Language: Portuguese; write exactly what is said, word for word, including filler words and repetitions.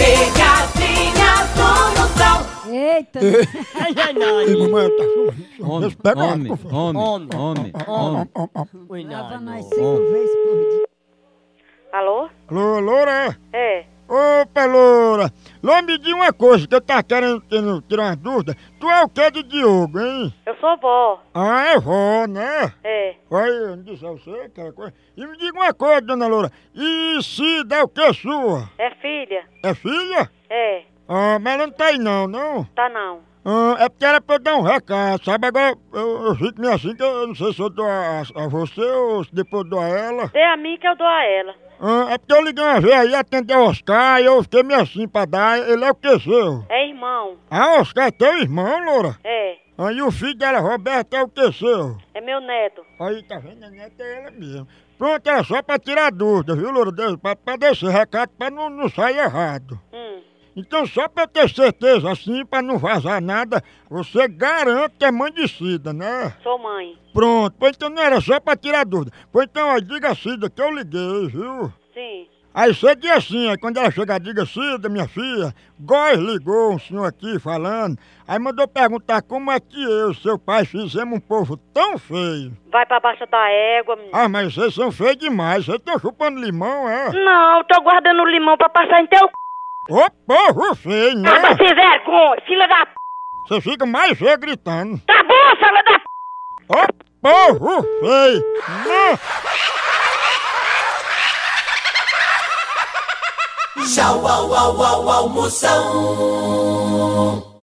Pegadinha do Moção. Eita! Ai, ai, ai. Mamãe, tá Homem, Pega uma homem, conversa. homem, Homem, homem, homem. homem. Lava nós Cuidado. cinco vezes por dia. Alô? Alô, Loura? É. Opa, Loura! Loura, me diz uma coisa que eu tava querendo, querendo tirar uma dúvida. Tu é o que de Diogo, hein? Eu sou vó. Ah, é vó, né? É. Olha, eu não disse a você aquela coisa. E me diga uma coisa, dona Loura. E Cida é o que sua? É filha? É filha? É. Ah, mas ela não tá aí não, não? Tá não. Ah, é porque era pra eu dar um recado, sabe? Agora eu, eu fico meio assim que eu não sei se eu dou a, a você ou se depois eu dou a ela. Dê a mim que eu dou a ela. Ah, é porque eu liguei uma vez aí, atendeu o Oscar e eu fiquei meio assim pra dar. Ele é o que seu? É irmão. Ah, Oscar é teu irmão, Loura? É. Ah, e o filho dela, Roberto, é o que seu? É meu neto. Aí, tá vendo? A neta é ela mesmo. Pronto, era só pra tirar dúvida, viu, Loura? Deu- Pra, pra descer recado pra não, não sair errado. Hum. Então, só pra eu ter certeza, assim, pra não vazar nada, você garante que é mãe de Cida, né? Sou mãe. Pronto, pois então não era só pra tirar dúvida. Pois então, ó, diga a Cida que eu liguei, viu? Sim. Aí você diz assim, aí quando ela chegar, diga, Cida, minha filha, Góis ligou um senhor aqui falando, aí mandou perguntar como é que eu e seu pai fizemos um povo tão feio. Vai pra baixo da égua, menino. Ah, mas vocês são feios demais, vocês estão chupando limão, é? Não, tô guardando o limão pra passar em teu c... Ô povo feio, né? Nada sem vergonha, filha da p... Você fica mais feio gritando. Tá bom, filha da p... Ô povo feio! Não! Tchau, au, au, au, au, Moção.